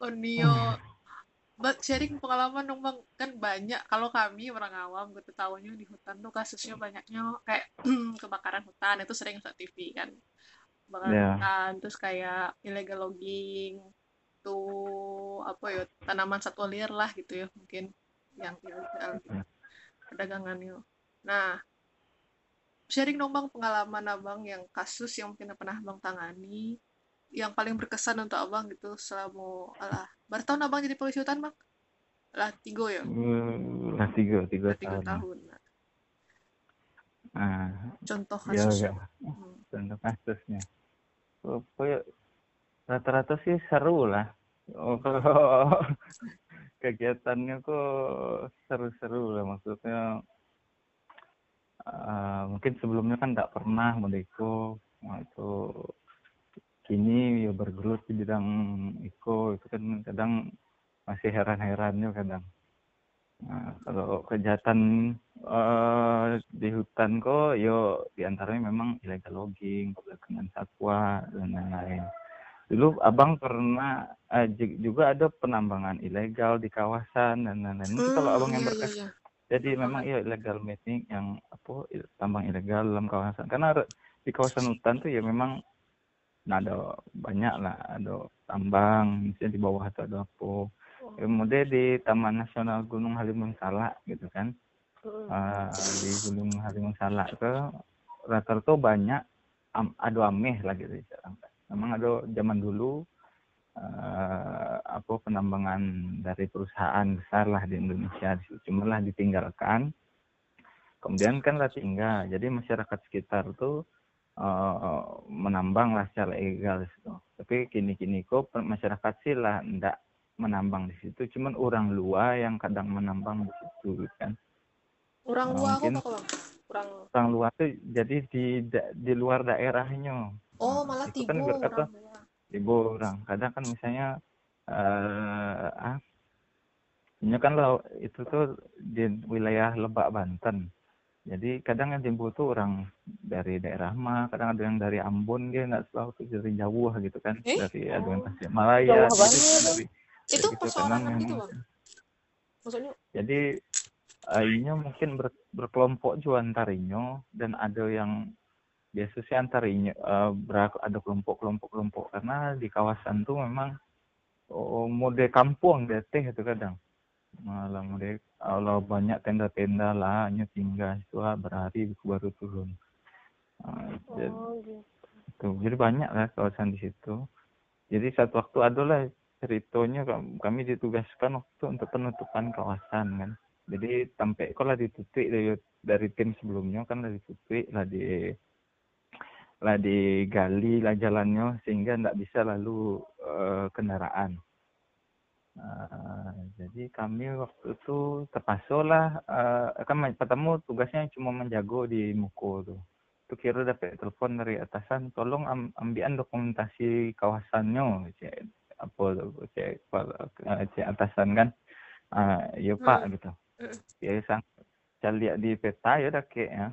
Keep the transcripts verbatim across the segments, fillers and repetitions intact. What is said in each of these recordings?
Onio, buat sharing pengalaman dong bang, kan banyak kalau kami orang awam gitu tahunya di hutan tuh kasusnya banyaknya kayak kebakaran hutan itu sering lihat T V kan, kebakaran Ya, hutan terus kayak illegal logging tuh apa ya, tanaman satwa liar lah gitu ya mungkin yang ilegal gitu perdagangannya. Nah, sharing dong bang pengalaman abang yang kasus yang mungkin pernah abang tangani yang paling berkesan untuk abang gitu selama alah bertahun abang jadi polisi hutan bang, lah tiga ya, eh, lah tiga tiga lah tiga tahun lah. tahun nah, Nah, contoh ya kasusnya ya. bang. Hmm. Contoh kasusnya. Oh, kayak rata-rata sih seru lah. Oh, kalau kegiatannya kok seru-seru lah, maksudnya eh, mungkin sebelumnya kan nggak pernah mendeko. Nah, itu kini ya bergelut di bidang iko itu kan kadang masih heran-herannya kadang. Nah, kalau kejahatan eh, di hutan kok yo diantaranya memang illegal logging, perdagangan satwa dan lain-lain. Dulu abang pernah eh, juga ada penambangan ilegal di kawasan dan lain-lain. Mungkin kalau Hmm, abang yang iya iya berkas, iya. jadi memang Tambahan. iya illegal mining yang apa tambang ilegal dalam kawasan. Karena di kawasan hutan tuh ya memang nah, ada banyak lah, ada tambang, misalnya di bawah itu ada apa. Kemudian di Taman Nasional Gunung Halimun Salak gitu kan, Hmm. uh, di Gunung Halimun Salak ke rata-rata banyak am, ada ameh lah gitu sekarang. Memang ada zaman dulu uh, apa penambangan dari perusahaan besar lah di Indonesia, cuma lah ditinggalkan. Kemudian kan lah tinggal, jadi masyarakat sekitar tuh uh, menambang lah secara ilegal situ. Tapi kini-kini kok masyarakat sih lah enggak menambang di situ, cuman orang luar yang kadang menambang di situ gitu kan. Orang Uh, luar aku apa mungkin bang, orang. orang luar tuh jadi di di luar daerahnya. Oh Uh, malah itu kan tibo orang berkata luar. ibu orang. Kadang kan misalnya uh, ah, ini kan lo itu tuh di wilayah Lebak Banten. Jadi kadang yang jemput tuh orang dari daerah mah, kadang ada yang dari Ambon dia nggak selalu tuh dari jauh gitu kan, Eh, dari ada yang oh, Tasikmalaya, Jauh jadi banget. dari itu kayak gitu kadang perseorangan yang gitu bang, maksudnya. jadi ainya mungkin ber, berkelompok juga antarinya dan ada yang biasa sih antarinya uh, ber, ada kelompok-kelompok kelompok karena di kawasan tuh memang oh, mode kampung deh teh itu kadang malah mode kalau banyak tenda-tenda lah hanya tinggal itu berhari baru turun. Nah, jadi, Oh gitu. tuh, jadi banyak lah kawasan di situ. Jadi satu waktu adalah ceritanya kami ditugaskan waktu untuk penutupan kawasan kan. Jadi sampai kalau ditutup dari, dari tim sebelumnya kan lah ditutup lah di lah digali lah jalannya sehingga tidak bisa lalu uh, kendaraan. Uh, jadi kami waktu itu terpaksa lah uh, kan pertama tugasnya cuma menjago di Muko tuh. Itu kira dapat telepon dari atasan, tolong am ambilan dokumentasi kawasannya, cek apa cek cek atasan kan, uh, ya pak Hmm. gitu. Hmm. Ya sang saya lihat di peta ya udah kayak ya,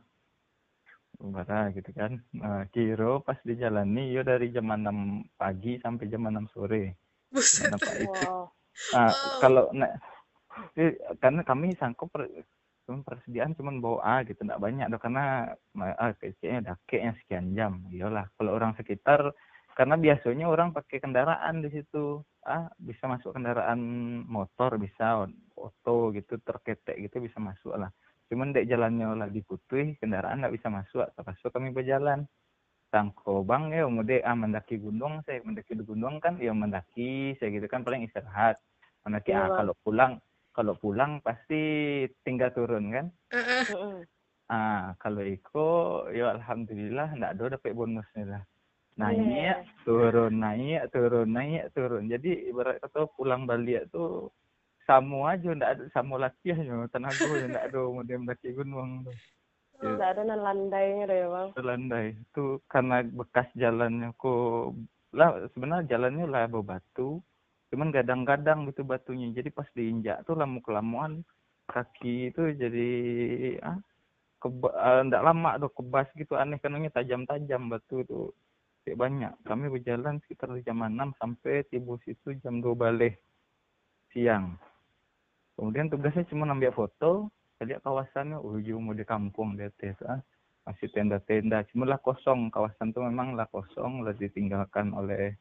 bara gitu kan. Uh, kira pas dijalani ya dari jam enam pagi sampai jam enam sore. Buset. Kenapa itu? Wow. Nah, Wow. kalau nah, karena kami sanggup per, persediaan cuma bawa A gitu, enggak banyak dong karena ah, kayaknya udah kayaknya sekian jam. Iyalah, kalau orang sekitar karena biasanya orang pakai kendaraan di situ. Ah, bisa masuk kendaraan motor, bisa oto gitu, terketek gitu bisa masuk lah. Cuman dek jalannya lagi putih, kendaraan nggak bisa masuk. Terpaksa kami berjalan. Sangko bang ya, mode ah mendaki gunung, saya mendaki di gunung kan, ya mendaki, saya gitu kan paling istirahat. Mendaki Iya ah bang. kalau pulang kalau pulang pasti tinggal turun kan. Heeh. Mm-mm. Ah kalau Iko ya alhamdulillah enggak ada dapat bonusnya lah. Naik Iya. turun naik turun naik turun. Jadi ibarat kata pulang balik tuh sama aja enggak ada sama latihannya tenaga ya enggak ada mau mendaki gunung tuh. Ya, Nggak ada nan landainya deh bang. landai itu karena bekas jalannya kok lah sebenarnya jalannya lah batu cuman gadang-gadang gitu batunya jadi pas diinjak tuh lama kelamaan kaki itu jadi ah keba, uh, ndak lama tuh kebas gitu aneh karena tajam-tajam batu tuh Tidak banyak. Kami berjalan sekitar jam enam sampai tiba situ jam dua balik siang. Kemudian tugasnya cuma ambil foto, saya lihat kawasannya, ujung mau di kampung di atas, ah. Masih tenda-tenda, cuma lah kosong, kawasan itu memang lah kosong, lah ditinggalkan oleh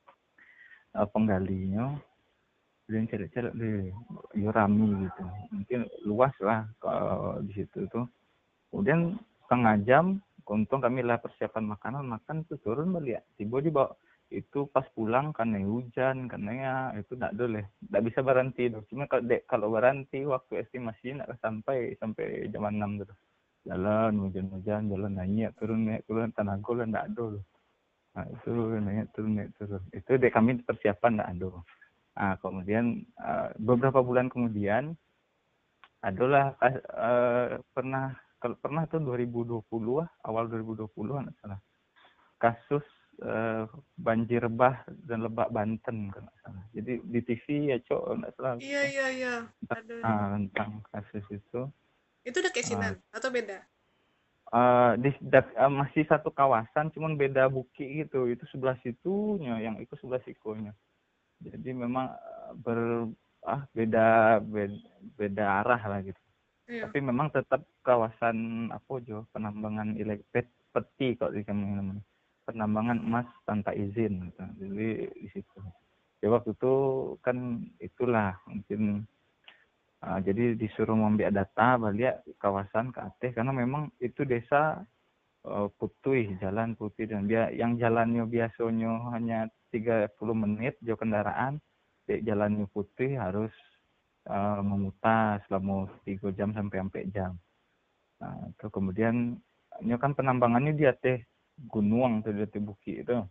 uh, penggalinya. Kemudian cari-cari deh, ya rame gitu, mungkin luas lah uh, di situ tuh. Kemudian setengah jam, untung kami lah persiapan makanan, makan tuh turun balik, tiba di bawah itu pas pulang karena hujan, karena ya itu tidak boleh, tidak bisa berhenti tuh. Cuma kalau dek, kalau berhenti waktu estimasi tidak sampai sampai jam enam tuh. Jalan hujan-hujan, jalan naik turun naik turun tenaga lah tidak ada loh. Nah, itu naik turun naik turun. Itu dek kami persiapan tidak ada. Nah, kemudian uh, beberapa bulan kemudian adalah uh, pernah kalau pernah tuh dua ribu dua puluh awal dua ribu dua puluh enggak salah. Kasus uh, banjir bah dan Lebak Banten kan salah. Jadi di T V ya cok enggak salah. Iya iya iya. Ada. Uh, tentang kasus itu. Itu udah kesinan uh, atau beda? Uh, di uh, masih satu kawasan, cuman beda bukit gitu. Itu sebelah situnya, yang itu sebelah sikonya. Jadi memang uh, ber ah beda beda, beda arah lah gitu. Iya. Tapi memang tetap kawasan apa jo penambangan ilegal peti kalau di kami namanya. Penambangan emas tanpa izin gitu. Jadi di situ. Ya waktu itu kan itulah mungkin uh, jadi disuruh membiak data balik kawasan ke Aceh karena memang itu desa uh, putih, jalan putih dan dia yang jalannya biasanya hanya tiga puluh menit jauh kendaraan, di jalannya putih harus uh, memutar selama tiga jam sampai empat jam. Nah, itu kemudian ini kan penambangannya di atas gunung atau di atas bukit itu.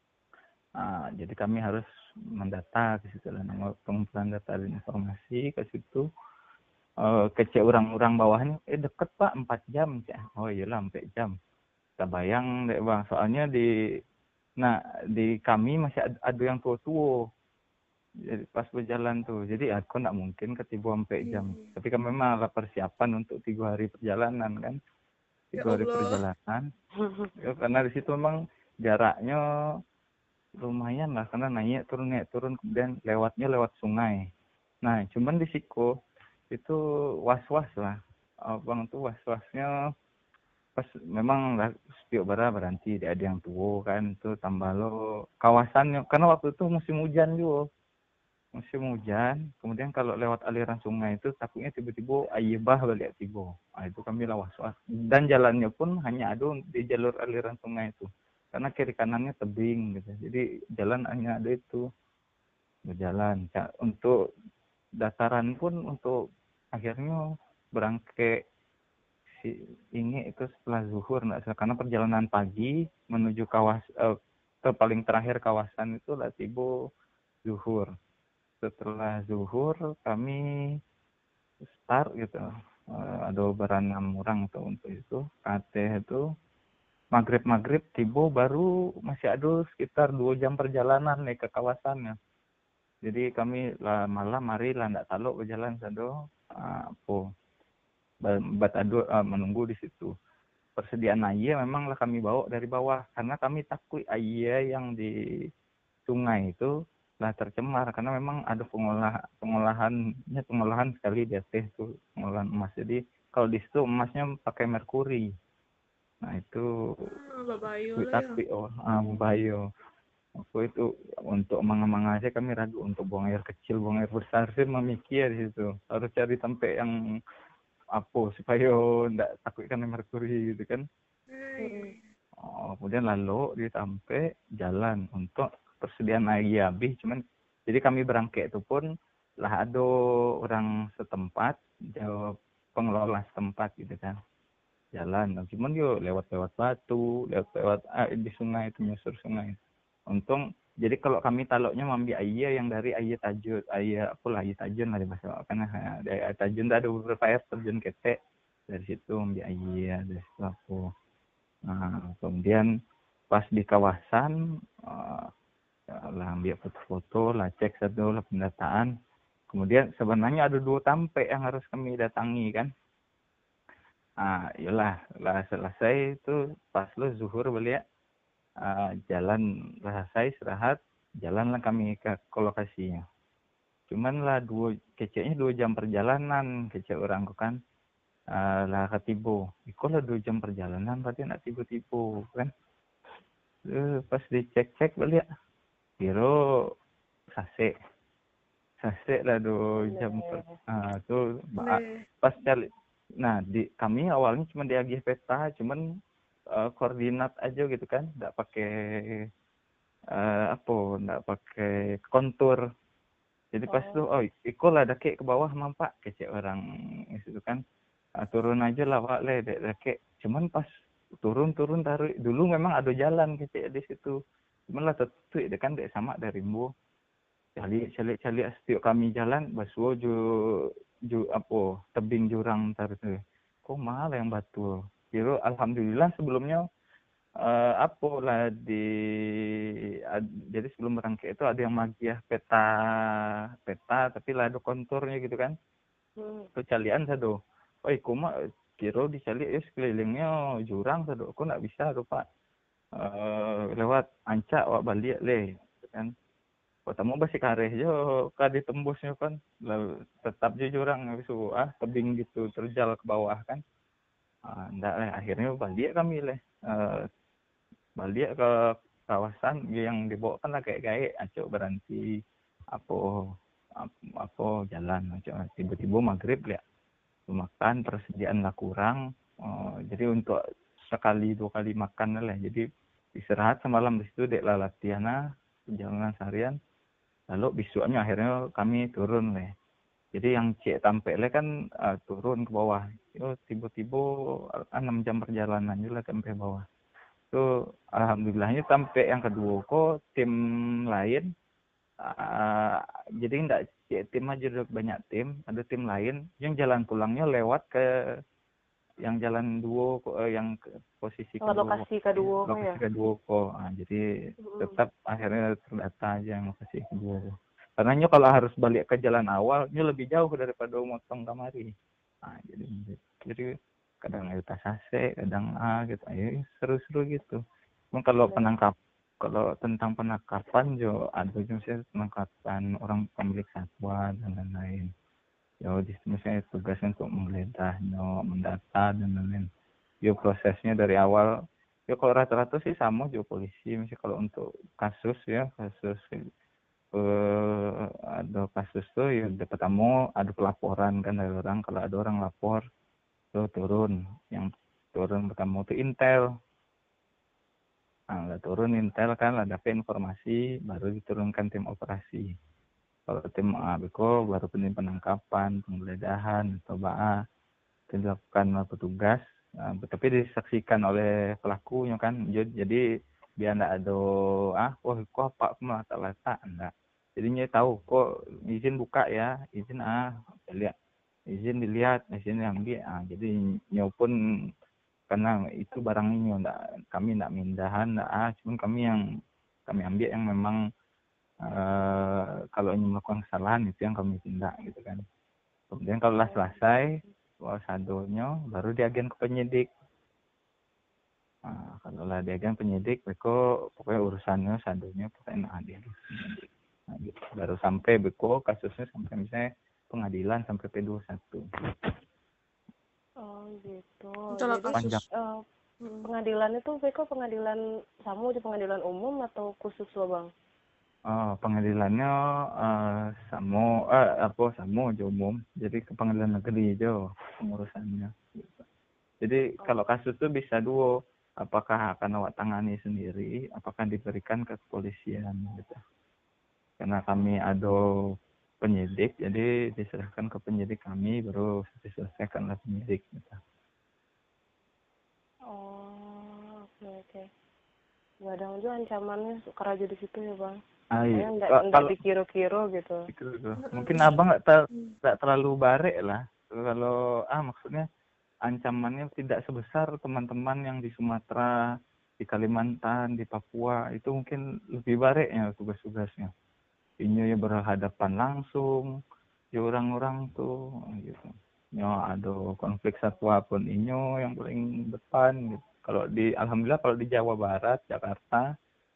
Nah, jadi kami harus mendata ke situ lah, pengumpulan data dan informasi ke situ. Uh, kecek orang-orang bawahnya, eh deket pak empat jam, oh iyalah empat jam. Kita bayang deh bang, soalnya di, nah di kami masih ada, ada yang tua-tua, jadi pas berjalan tuh, jadi aku nggak mungkin ketiba empat jam. Hmm. Tapi kan memang ada persiapan untuk tiga hari perjalanan kan, tiga ya hari perjalanan. Ya, karena di situ memang jaraknya lumayan lah, karena naik turun naik turun kemudian lewatnya lewat sungai. Nah cuman di Siko itu was-was lah, abang tuh was-wasnya pas memang lah setiap bara berhenti ada yang tua kan tuh tambah lo kawasannya karena waktu itu musim hujan juga musim hujan kemudian kalau lewat aliran sungai itu takutnya tiba-tiba air bah balik tiba. Nah, itu kami lah was-was dan jalannya pun hanya ada di jalur aliran sungai itu karena kiri kanannya tebing gitu jadi jalan hanya ada itu berjalan untuk dataran pun untuk akhirnya berangkat si ini itu setelah zuhur nggak salah karena perjalanan pagi menuju kawas eh, ke paling terakhir kawasan itu lah tiba zuhur. Setelah zuhur kami start gitu eh, ada berenam orang tuh untuk itu Aceh itu maghrib maghrib tiba baru masih ada sekitar dua jam perjalanan nih ke kawasannya. Jadi kami lah malam mari lah ndak taluk berjalan sado uh, apa bat adu uh, menunggu di situ. Persediaan air memang lah kami bawa dari bawah karena kami takut air yang di sungai itu lah tercemar karena memang ada pengolah pengolahannya pengolahan sekali di atas itu pengolahan emas. Jadi kalau di situ emasnya pakai merkuri. Nah itu babayo tapi oh ah, babayo. Aku itu untuk mang-mang aja kami ragu untuk buang air kecil, buang air besar sih memikir di situ. Harus cari tempat yang apa supaya ndak takut kena merkuri gitu kan. Oh, kemudian lalu ditampe jalan untuk persediaan air habis cuman jadi kami berangkat itu pun lah ada orang setempat jawab pengelola setempat gitu kan jalan cuman yuk lewat-lewat batu lewat-lewat ah, di sungai itu nyusur sungai untung jadi kalau kami taloknya mengambil air yang dari air tajun air apa lah air tajun lah di bahasa karena dari air tajun ada beberapa air terjun ketek dari situ ambil air dari situ aku nah kemudian pas di kawasan uh, lah ambil foto-foto lah cek satu lah pendataan kemudian sebenarnya ada dua tampe yang harus kami datangi kan ah iyalah lah selesai itu pas lo zuhur balik uh, jalan selesai istirahat, jalanlah kami ke, ke lokasinya. Cuman lah dua keceknya dua jam perjalanan kecek orang tu kan, uh, lah ketibo. Iko lah dua jam perjalanan, berarti nak tiba-tiba kan. Uh, pas dicek-cek balik, kira sase, sase lah dua jam per, uh, tu Nih. pas cari. Nah di kami awalnya cuma diagih peta, cuman uh, koordinat aja gitu kan, nggak pakai uh, apa, nggak pakai kontur. Jadi pas oh. tuh, oh iko lah dake ke bawah mampak kecek orang itu kan, uh, turun aja lah pak le dake. Cuman pas turun-turun taruh dulu memang ada jalan kecek di situ. Cuman lah tetap dia kan dek sama dari Rimbo. Cali cali cali setiap kami jalan basuh ju ju apa tebing jurang taruh tu. Kok mahal yang batu. Kira alhamdulillah sebelumnya uh, apa lah di ad, jadi sebelum berangkat itu ada yang magiah peta peta tapi lah ada konturnya gitu kan. Hmm. Itu calian sado. Oh iku mah kira dicali ya sekelilingnya jurang sado. Aku nak bisa tu Pak. Uh, lewat ancak wak balik le kan. Pertama basi kareh jo kadi tembusnya kan. Lalu tetap je jurang habis ah tebing gitu terjal ke bawah kan. Ah ndak lah akhirnya balik kami le. Uh, balik ke kawasan yang dibawa kan lah kayak kayak acok berhenti apa apa, apa jalan acok tiba-tiba maghrib lihat makan persediaan lah kurang uh, jadi untuk sekali dua kali makan lah jadi istirahat semalam di situ dek lah latihan lah perjalanan seharian lalu besoknya akhirnya kami turun lah jadi yang cek tampil lah kan uh, turun ke bawah itu tiba-tiba enam jam perjalanan juga sampai bawah. So alhamdulillahnya sampai yang kedua kok tim lain uh, jadi enggak tim aja banyak tim ada tim lain yang jalan pulangnya lewat ke yang jalan dua uh, yang ke posisi kedua lokasi kedua lokasi ya? kedua kok nah, jadi hmm. tetap akhirnya terdata aja yang lokasi kedua karena nyo kalau harus balik ke jalan awal nyo lebih jauh daripada motong kamari nah jadi jadi kadang ada tasase, kadang A gitu, ayo seru-seru gitu. Cuma kalau penangkap, kalau tentang penangkapan jo ada juga penangkapan orang pemilik satwa dan lain-lain. Yo di misalnya tugasnya untuk menggeledah, no, mendata dan lain-lain. Yo prosesnya dari awal, yo kalau rata-rata sih sama jo polisi. Misalnya kalau untuk kasus ya kasus eh, ada kasus tuh ya pertama ada pelaporan kan dari orang kalau ada orang lapor tuh turun yang turun pertama itu intel nah udah turun intel kan ada informasi baru diturunkan tim operasi kalau tim A B K O baru tim penangkapan penggeledahan coba dilakukan petugas nah, tapi disaksikan oleh pelakunya kan jadi biar enggak ada ah wah kok apa malah tak letak enggak jadinya tahu kok izin buka ya izin ah lihat izin dilihat izin diambil ah jadi nyo pun karena itu barang ini enggak kami enggak mindahan enggak ah cuma kami yang kami ambil yang memang uh, kalau ingin melakukan kesalahan itu yang kami tindak gitu kan kemudian kalau lah selesai wah sadonyo baru diagen ke penyidik nah, kalau lah diagen penyidik beko pokoknya urusannya sadonyo pokoknya adil nah, gitu. Baru sampai beko kasusnya sampai misalnya pengadilan sampai P dua puluh satu. Oh gitu. Jadi kasus uh, pengadilan itu Beko pengadilan sama di pengadilan umum atau khusus lo bang? Oh pengadilannya uh, sama eh apa sama aja umum. Jadi ke pengadilan negeri aja pengurusannya. Jadi oh. Kalau kasus itu bisa dua, apakah akan awak tangani sendiri, apakah diberikan ke kepolisian gitu. Karena kami ada penyidik, jadi diserahkan ke penyidik kami, baru diselesaikan oleh penyidik. Gitu. Oh, oke okay, oke. Okay. Gak ada juga ancamannya kerja di situ ya bang? Ah, iya. Enggak enggak dikira-kira gitu. Mungkin abang nggak ter, terlalu barek lah. Kalau ah maksudnya ancamannya tidak sebesar teman-teman yang di Sumatera, di Kalimantan, di Papua itu mungkin lebih bareknya tugas-tugasnya. Ini ya berhadapan langsung, ya orang-orang tuh, gitu. Ya ada konflik satwa pun inyo yang paling depan, gitu. Kalau di alhamdulillah kalau di Jawa Barat, Jakarta,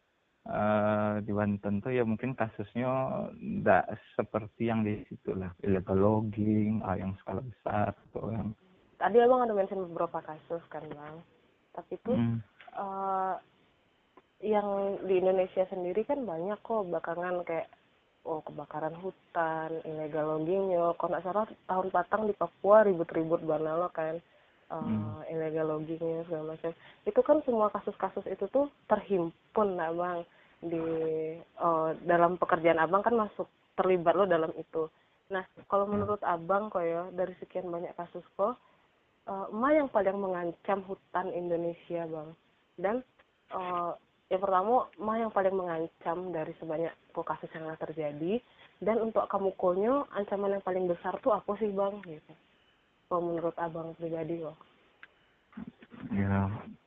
eh, di Banten tuh ya mungkin kasusnya enggak seperti yang di situ lah, illegal logging, ah, yang skala besar atau yang Tadi abang ada mention beberapa kasus kan bang, tapi tuh hmm, eh, yang di Indonesia sendiri kan banyak kok belakangan kayak oh kebakaran hutan, illegal loggingnya. Kalau nggak salah tahun patang di Papua ribut-ribut banget kan, hmm, uh, illegal loggingnya segala macam. Itu kan semua kasus-kasus itu tuh terhimpun lah bang di uh, dalam pekerjaan abang kan masuk terlibat lo dalam itu. Nah kalau ya. menurut abang kok ya dari sekian banyak kasus kok, uh, emak yang paling mengancam hutan Indonesia bang, dan uh, yang pertama mah yang paling mengancam dari sebanyak kasus yang terjadi, dan untuk kamu konyo ancaman yang paling besar tuh apa sih bang gitu kalau menurut abang pribadi kok? Ya,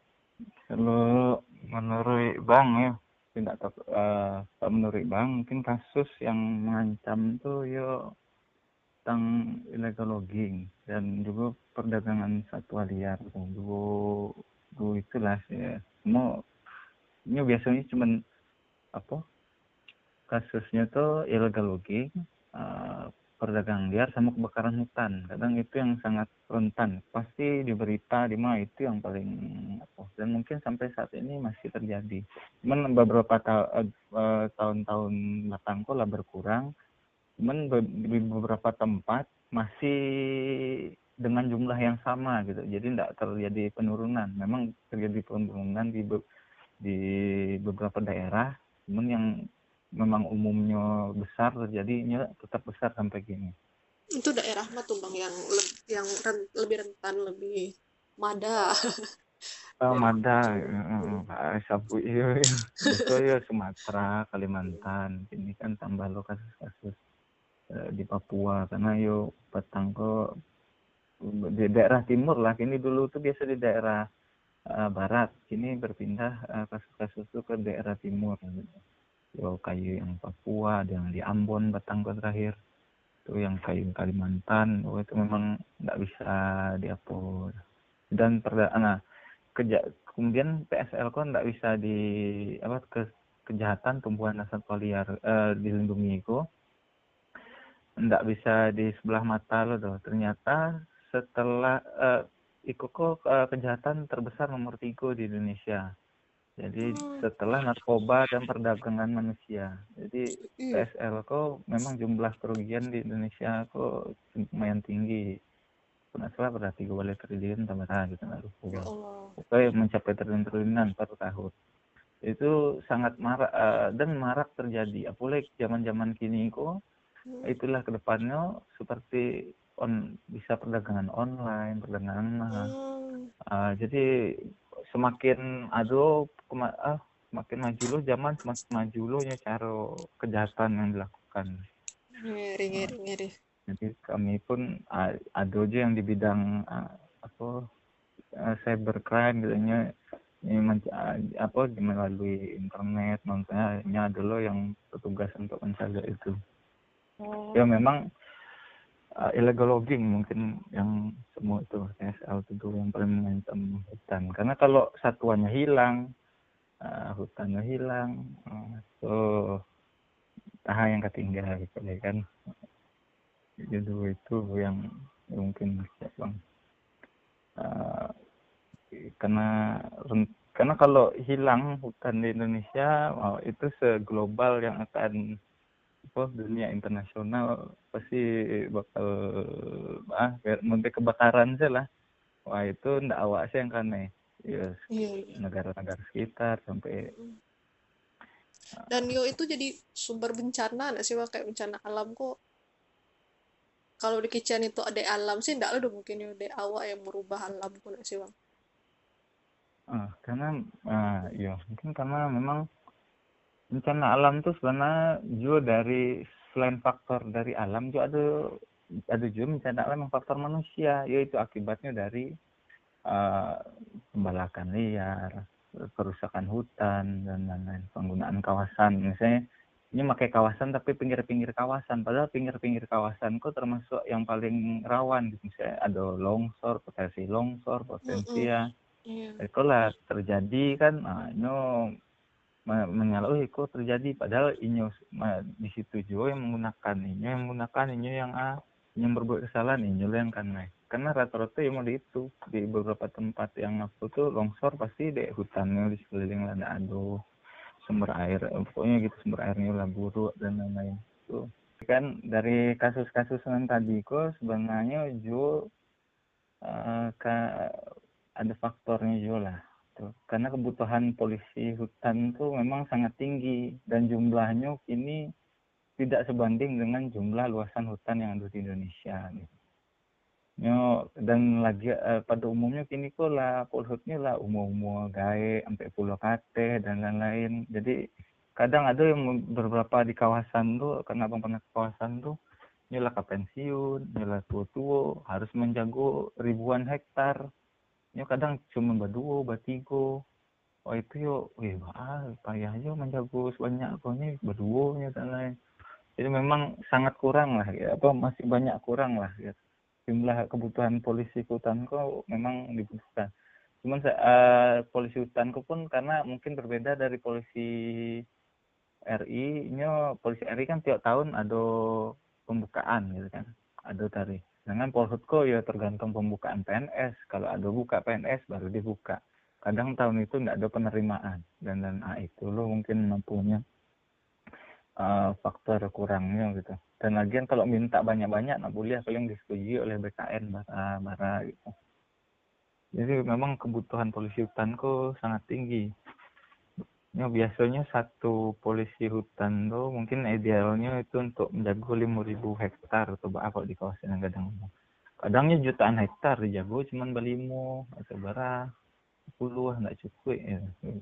kalau menurut Bang ya, tidak tahu. eh, kalau menurut Bang mungkin kasus yang mengancam tuh ya tentang illegal logging dan juga perdagangan satwa liar. Dulu, dulu itulah ya. Semua ini biasanya cuman apa? Kasusnya tuh illegal logging, eh, perdagangan liar sama kebakaran hutan. Kadang itu yang sangat rentan. Pasti di berita di mana itu yang paling apa? Dan mungkin sampai saat ini masih terjadi. Cuman beberapa ta- eh, eh, tahun-tahun belakang kok lah berkurang. Cuman be- di beberapa tempat masih dengan jumlah yang sama gitu. Jadi tidak terjadi penurunan. Memang terjadi penurunan di be- di beberapa daerah. Cuman yang memang umumnya besar terjadinya tetap besar sampai gini. Itu daerah mah tuh bang yang le- yang ren- lebih rentan, lebih mada. Oh, Daerah Mada, mm, eh, sabu iya, iya. Betul ya Sumatera, Kalimantan. Ini kan tambah lo kasus-kasus eh, di Papua karena yo petang kok di daerah timur lah. Ini dulu tuh biasa di daerah eh, barat. Kini berpindah eh, kasus-kasus tuh ke daerah timur. Yo kayu yang Papua, ada yang di Ambon, Batang kok terakhir. Itu yang kayu Kalimantan, oh, itu memang nggak bisa diatur. Dan perda nah, keja kemudian P S L kok nggak bisa di apa ke kejahatan tumbuhan dan satwa liar eh, dilindungi kok nggak bisa di sebelah mata lo tuh. Ternyata setelah eh, itu kok eh, kejahatan terbesar nomor tiga di Indonesia. Jadi mm, setelah narkoba dan perdagangan manusia. Jadi iya. P S L kok memang jumlah kerugian di Indonesia kok lumayan tinggi. Pernah salah berarti tiga balik triliun tambah gitu nggak Ya lupa. Allah. Oke mencapai triliun-triliunan per tahun. Itu sangat marak uh, dan marak terjadi. Apalagi zaman-zaman kini kok Mm, itulah kedepannya seperti on bisa perdagangan online, perdagangan nah, mm, uh, jadi semakin aduh kema ah, semakin maju lo zaman semakin maju lo nya cara kejahatan yang dilakukan. ngeri Uh, ngeri ngeri. jadi kami pun uh, ada aja yang di bidang uh, apa uh, cybercrime gitu nya ini men- uh, apa melalui internet makanya ada lo yang petugas untuk mencari itu. Hmm. Ya memang uh, illegal logging mungkin yang semua itu S L itu yang paling mengancam hutan karena kalau satuannya hilang uh, hutannya hilang uh, so tahan yang ketinggalan gitu ya kan jadi itu yang mungkin ya, bang uh, karena karena kalau hilang hutan di Indonesia oh, itu seglobal yang akan apa dunia internasional pasti bakal ah nanti kebakaran sih lah wah itu ndak awak sih yang kane ya Iya iya. negara-negara sekitar sampai Mm. Dan yo itu jadi sumber bencana nggak sih bang, kayak bencana alam kok. Kalau di kitchen itu ada alam sih ndak ada mungkin yo ada awak yang merubah alam pun nggak sih bang. ah karena ah ya mungkin karena memang bencana alam tuh sebenarnya juga dari selain faktor dari alam juga ada ada juga bencana alam yang faktor manusia yaitu akibatnya dari uh, pembalakan liar kerusakan hutan dan lain-lain penggunaan kawasan misalnya ini pakai kawasan tapi pinggir-pinggir kawasan padahal pinggir-pinggir kawasan kok termasuk yang paling rawan gitu misalnya ada longsor potensi longsor potensi Mm-mm. ya Iya. Itu lah terjadi kan, nah, inyo me- menyalahi kok terjadi padahal inyo ma- di situ juga yang menggunakan inyo yang menggunakan inyo yang ah yang berbuat kesalahan inyo lah yang kan karena rata-rata yang mau di itu di beberapa tempat yang aku tuh longsor pasti di hutannya di sekeliling ada ada sumber air eh, pokoknya gitu sumber airnya lah buruk dan lain-lain tuh kan dari kasus-kasus yang tadi kok sebenarnya juga eh, ka- ada faktornya juga lah tuh. Karena kebutuhan polisi hutan tuh memang sangat tinggi dan jumlahnya kini tidak sebanding dengan jumlah luasan hutan yang ada di Indonesia gitu. Nyo, dan lagi eh, pada umumnya kini kok lah polhutnya lah umum-umum gae sampai pulau kate dan lain-lain. Jadi kadang ada yang beberapa di kawasan tuh karena abang pernah ke kawasan tuh nyola ke pensiun, nyola tua-tua harus menjago ribuan hektar. Nyo kadang cuma berdua, bertiga. Oh itu yo, wih bah, payah yo menjago sebanyak konya berdua nya dan lain. Jadi memang sangat kurang lah ya, apa masih banyak kurang lah ya. Jumlah kebutuhan polisi hutan kok memang dibutuhkan. Cuman uh, polisi hutan kok pun karena mungkin berbeda dari polisi R I, nya polisi R I kan tiap tahun ada pembukaan gitu kan. Ada tarif. Dengan Polhutko ya tergantung pembukaan P N S. Kalau ada buka P N S baru dibuka. Kadang tahun itu nggak ada penerimaan dan dan ah, itu loh mungkin mempunyai uh, faktor kurangnya gitu. Dan lagian kalau minta banyak-banyak nggak boleh paling disetujui oleh B K N bara, bara gitu. Jadi memang kebutuhan polisi hutan kok sangat tinggi. Ya, biasanya satu polisi hutan tuh mungkin idealnya itu untuk menjaga lima ribu hektar atau apa di kawasan yang kadang kadangnya jutaan hektar dijago cuman berlimo atau berapa puluh nggak cukup ya.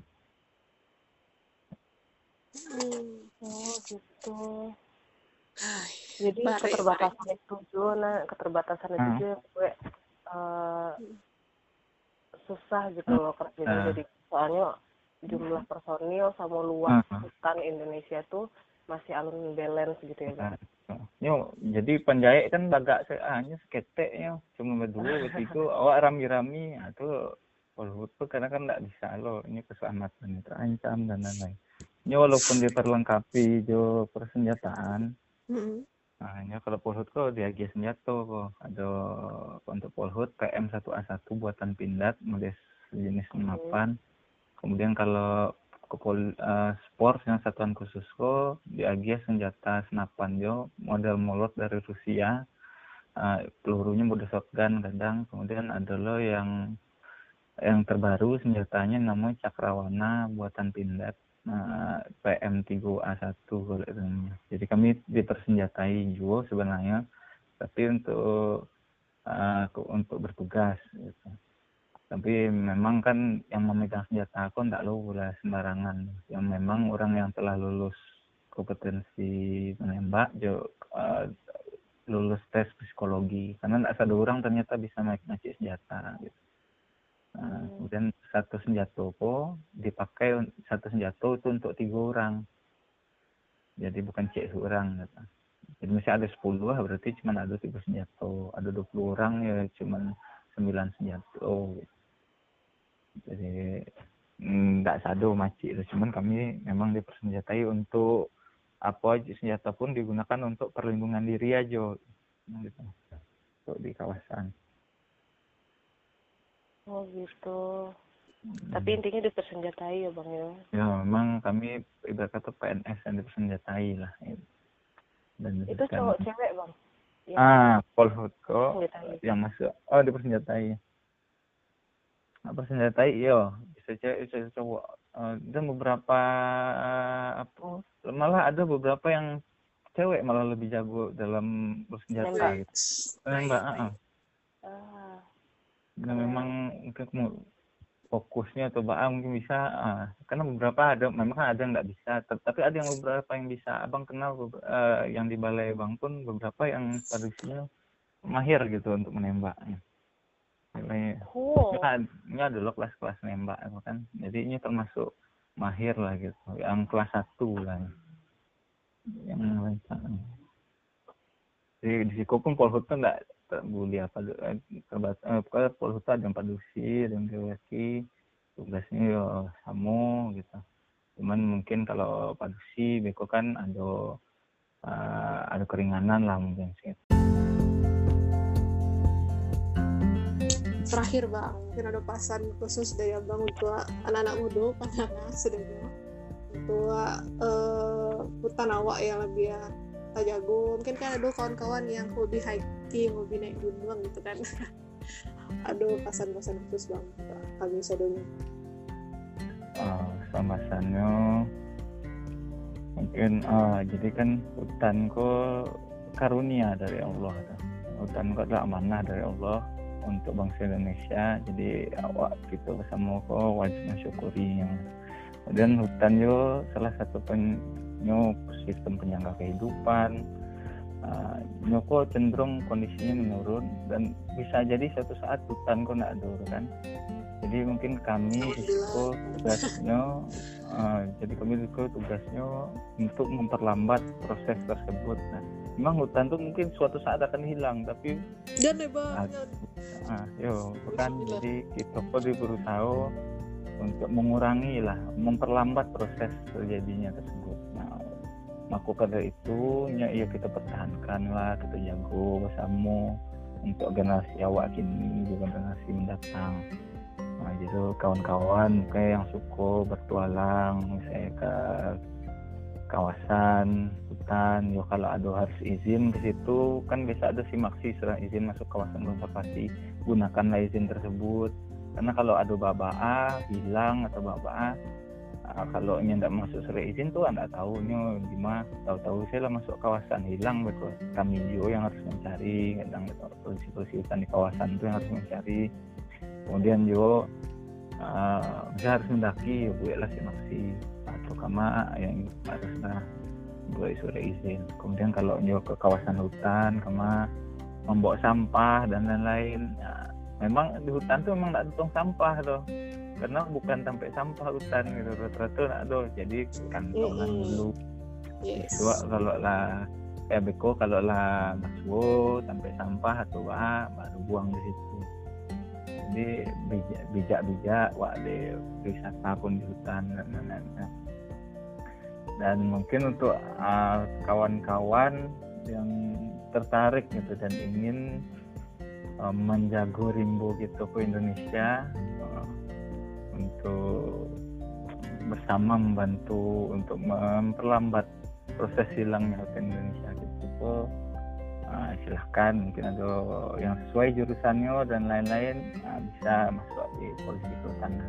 Hmm. Oh gitu. Hai, Jadi bare, bare. keterbatasan itu juga, nah keterbatasan itu Hmm. juga yang gue uh, susah gitu Hmm. loh kerjanya. Uh. Jadi soalnya jumlah personil sama luas Hmm. hutan Indonesia tuh masih alun balance gitu ya Bang. Uh. Yo, jadi penjahit kan bagak hanya seketeknya cuma berdua begitu awak rami-rami atau kalau itu karena kan nggak bisa loh ini keselamatan terancam dan lain-lain. Ini walaupun diperlengkapi jo persenjataan, Mm-hmm. nah ini kalau Polhut kok dia G senjata kok ada untuk Polhut P M satu A satu buatan Pindad model jenis senapan. Kemudian kalau ke pol, uh, sport yang satuan khusus kok di A G senjata senapan jo model Molot dari Rusia. Uh, pelurunya model shotgun kadang. Kemudian ada lo yang yang terbaru senjatanya namanya Cakrawana buatan Pindad. Nah, P M tiga A satu kalau itu namanya. Jadi kami dipersenjatai juga sebenarnya, tapi untuk uh, untuk bertugas. Gitu. Tapi memang kan yang memegang senjata aku tidak lo boleh sembarangan. Yang memang orang yang telah lulus kompetensi menembak, jo, uh, lulus tes psikologi. Karena tidak ada orang ternyata bisa naik-naik senjata. Gitu. Nah, kemudian satu senjata kok dipakai satu senjata itu untuk tiga orang. Jadi bukan cek seorang gitu. Jadi misalnya ada sepuluh berarti cuma ada tiga senjata. Ada dua puluh orang ya cuma sembilan senjata gitu. Jadi enggak sado macik itu. Cuman kami memang dipersenjatai untuk apa aja senjata pun digunakan untuk perlindungan diri aja gitu. Untuk di kawasan. Oh gitu. Tapi intinya dipersenjatai ya Bang ya. Ya memang kami ibarat kata P N S yang dipersenjatai lah. Dan itu kan, cowok cewek Bang? Ya. Ah, Polhut kok yang masuk. Oh dipersenjatai. Nah, persenjatai yo bisa cewek bisa cowok. Uh, dan beberapa uh, apa malah ada beberapa yang cewek malah lebih jago dalam bersenjata gitu. Mbak, uh, uh. Nah, memang mungkin fokusnya atau bang mungkin bisa uh, karena beberapa ada memang ada yang nggak bisa tapi ada yang beberapa yang bisa abang kenal uh, yang di balai bang pun beberapa yang tradisinya mahir gitu untuk menembaknya. Ini cool. ini adalah kelas-kelas nembak kan jadi ini termasuk mahir lah gitu yang kelas satu lah yang lain. Jadi di situ pun Polhut kan nggak tak boleh apa eh, terbatas eh, pokoknya Polhut ada empat dusi dan kaki tugasnya ya sama gitu. Cuman mungkin kalau padusi beko kan ada uh, ada keringanan lah mungkin sih. Terakhir Bang, mungkin ada pesan khusus dari Abang untuk anak-anak muda pandangan sedangnya untuk uh, hutan awak yang lebih ya tak jago. Mungkin kan ada kawan-kawan yang hobi hiking, hobi naik gunung gitu kan. Ada pesan-pesan khusus Bang kami sadonya. Uh, sama-sama mungkin uh, jadi kan hutan ko karunia dari Allah, hutan ko adalah amanah dari Allah untuk bangsa Indonesia. Jadi awak kita bersama ko wajib mensyukurinya. Kemudian hutan yo salah satu penyo sistem penyangga kehidupan. Uh, nyoko cenderung kondisinya menurun dan bisa jadi suatu saat hutan ko nak ada kan. Jadi mungkin kami itu tugasnya, uh, jadi kami itu tugasnya untuk memperlambat proses tersebut. Nah, memang hutan tuh mungkin suatu saat akan hilang, tapi dan hebat. Ah, yo, bukan. Jadi kita perlu berusaha untuk mengurangi lah, memperlambat proses terjadinya tersebut. Nah, maka dari itu, ya, ya kita pertahankan lah, kita jago bersama untuk generasi awak kini, juga generasi mendatang. Nah, gitu kawan-kawan kayak yang suka bertualang misalnya ke kawasan hutan, ya kalau ada harus izin ke situ kan biasa ada simaksi setelah izin masuk kawasan konservasi, gunakanlah izin tersebut karena kalau ada babaa hilang atau babaa uh, kalau nya tidak masuk surat izin tuh anda tahu nya gimana, tahu-tahu saya lah masuk kawasan hilang betul, kami juga yang harus mencari, kadang polisi-polisi hutan di kawasan itu yang harus mencari. Kemudian juga uh, saya harus mendaki ya buatlah simaksi atau kama yang haruslah buat surat izin. Kemudian kalau juga ke kawasan hutan kama membawa sampah dan lain-lain. Nah, memang di hutan tuh memang tidak ada tong sampah tuh karena bukan sampai sampah hutan gitu, rata-rata tidak ada, jadi kantongan dulu. Yes. Kalau lah kayak beko kalau lah masuk sampai sampah atau apa baru buang di situ. Jadi bijak-bijak wak di wisata pun di hutan dan lain-lain. Dan mungkin untuk uh, kawan-kawan yang tertarik gitu dan ingin uh, menjaga rimbo gitu ke Indonesia uh, untuk bersama membantu untuk memperlambat proses hilangnya hutan Indonesia gitu. Uh, silahkan mungkin ada yang sesuai jurusannya dan lain-lain uh, bisa masuk di polisi kehutanan.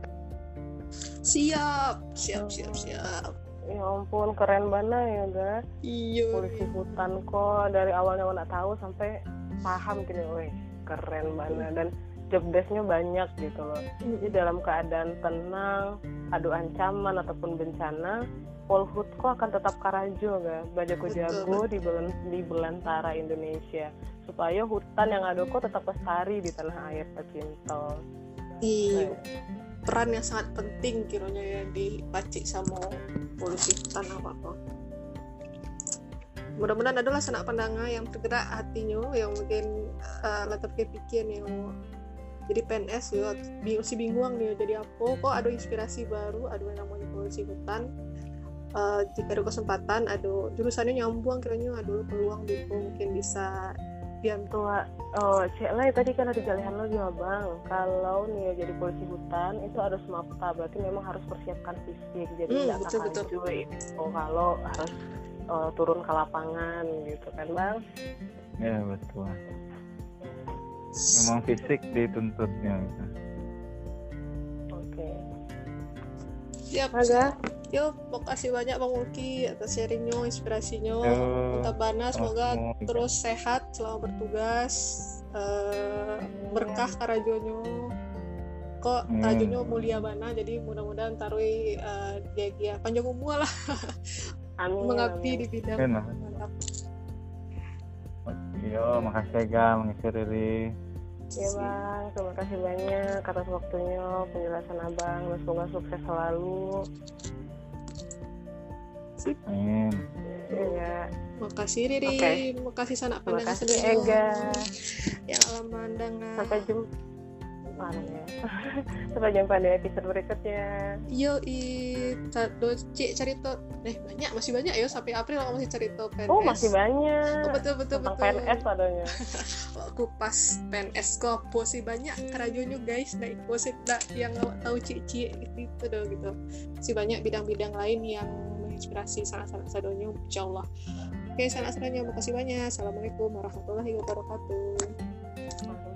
Siap, siap, siap, siap. Ya ampun, keren banget ya ga. Iya. Polisi hutan kok dari awalnya nggak tahu sampai paham gini, weh keren banget dan job desk-nya banyak gitu loh. Jadi dalam keadaan tenang, adu ancaman ataupun bencana, Polhut kok akan tetap karajo ga, bajago jago di, belen, di belantara Indonesia supaya hutan yang ada kok tetap lestari di tanah air tercinta. Iya, peran yang sangat penting kiranya ya dipacik sama polisi hutan apa-apa. Mudah-mudahan adalah sanak pandangan yang tergerak hatinya yang mungkin uh, latar pikir yang jadi P N S ya, si bingung nih jadi apa, kok ada inspirasi baru, ada yang namanya polisi hutan. Uh, jika ada kesempatan, ada jurusannya nyambung kiranya, ada peluang gitu mungkin bisa diam tua. Oh, cek lah tadi kan ada jalihan lagi ya bang. Kalau nih ya jadi polisi hutan itu harus mapta, berarti memang harus persiapkan fisik. Jadi hmm, tidak akan cuy. Oh kalau harus uh, turun ke lapangan gitu kan bang? Ya betul. Memang fisik dituntutnya. Oke. Okay. Siap. Aga. Yuk, makasih banyak Bang Mulki atas sharingnya, inspirasinya. Kita Bana semoga oh, terus sehat selama bertugas, uh, berkah karajonyo. Kok hmm. karajonyo mulia Bana, jadi mudah-mudahan tarui uh, dia panjang umur lah. Amin. Mengabdi amin. di bidang. Mantap. Yo, makasih ga mengisi Riri. Ya bang, terima kasih banyak atas waktunya, penjelasan abang, semoga sukses selalu. Amin. Iya. Makasih Riri, Oke. makasih sanak Terima pandangan kasih sedoyo. Ega. Yang alam pandangan. Sampai jumpa. Mana ya? Sampai jumpa di episode berikutnya. Yo i do cik cerita eh banyak masih banyak ya sampai April aku masih cerita P N S. Oh, masih banyak. Oh, betul betul Tentang betul. P N S adanya. Aku pas P N S kok posi banyak kerajonyo guys, naik posi tak yang awak tahu cik-cik gitu doh gitu. Masih banyak bidang-bidang lain yang menginspirasi sanak-sanak sadonyo insyaallah. Oke, sanak sadonyo makasih banyak. Assalamualaikum warahmatullahi wabarakatuh.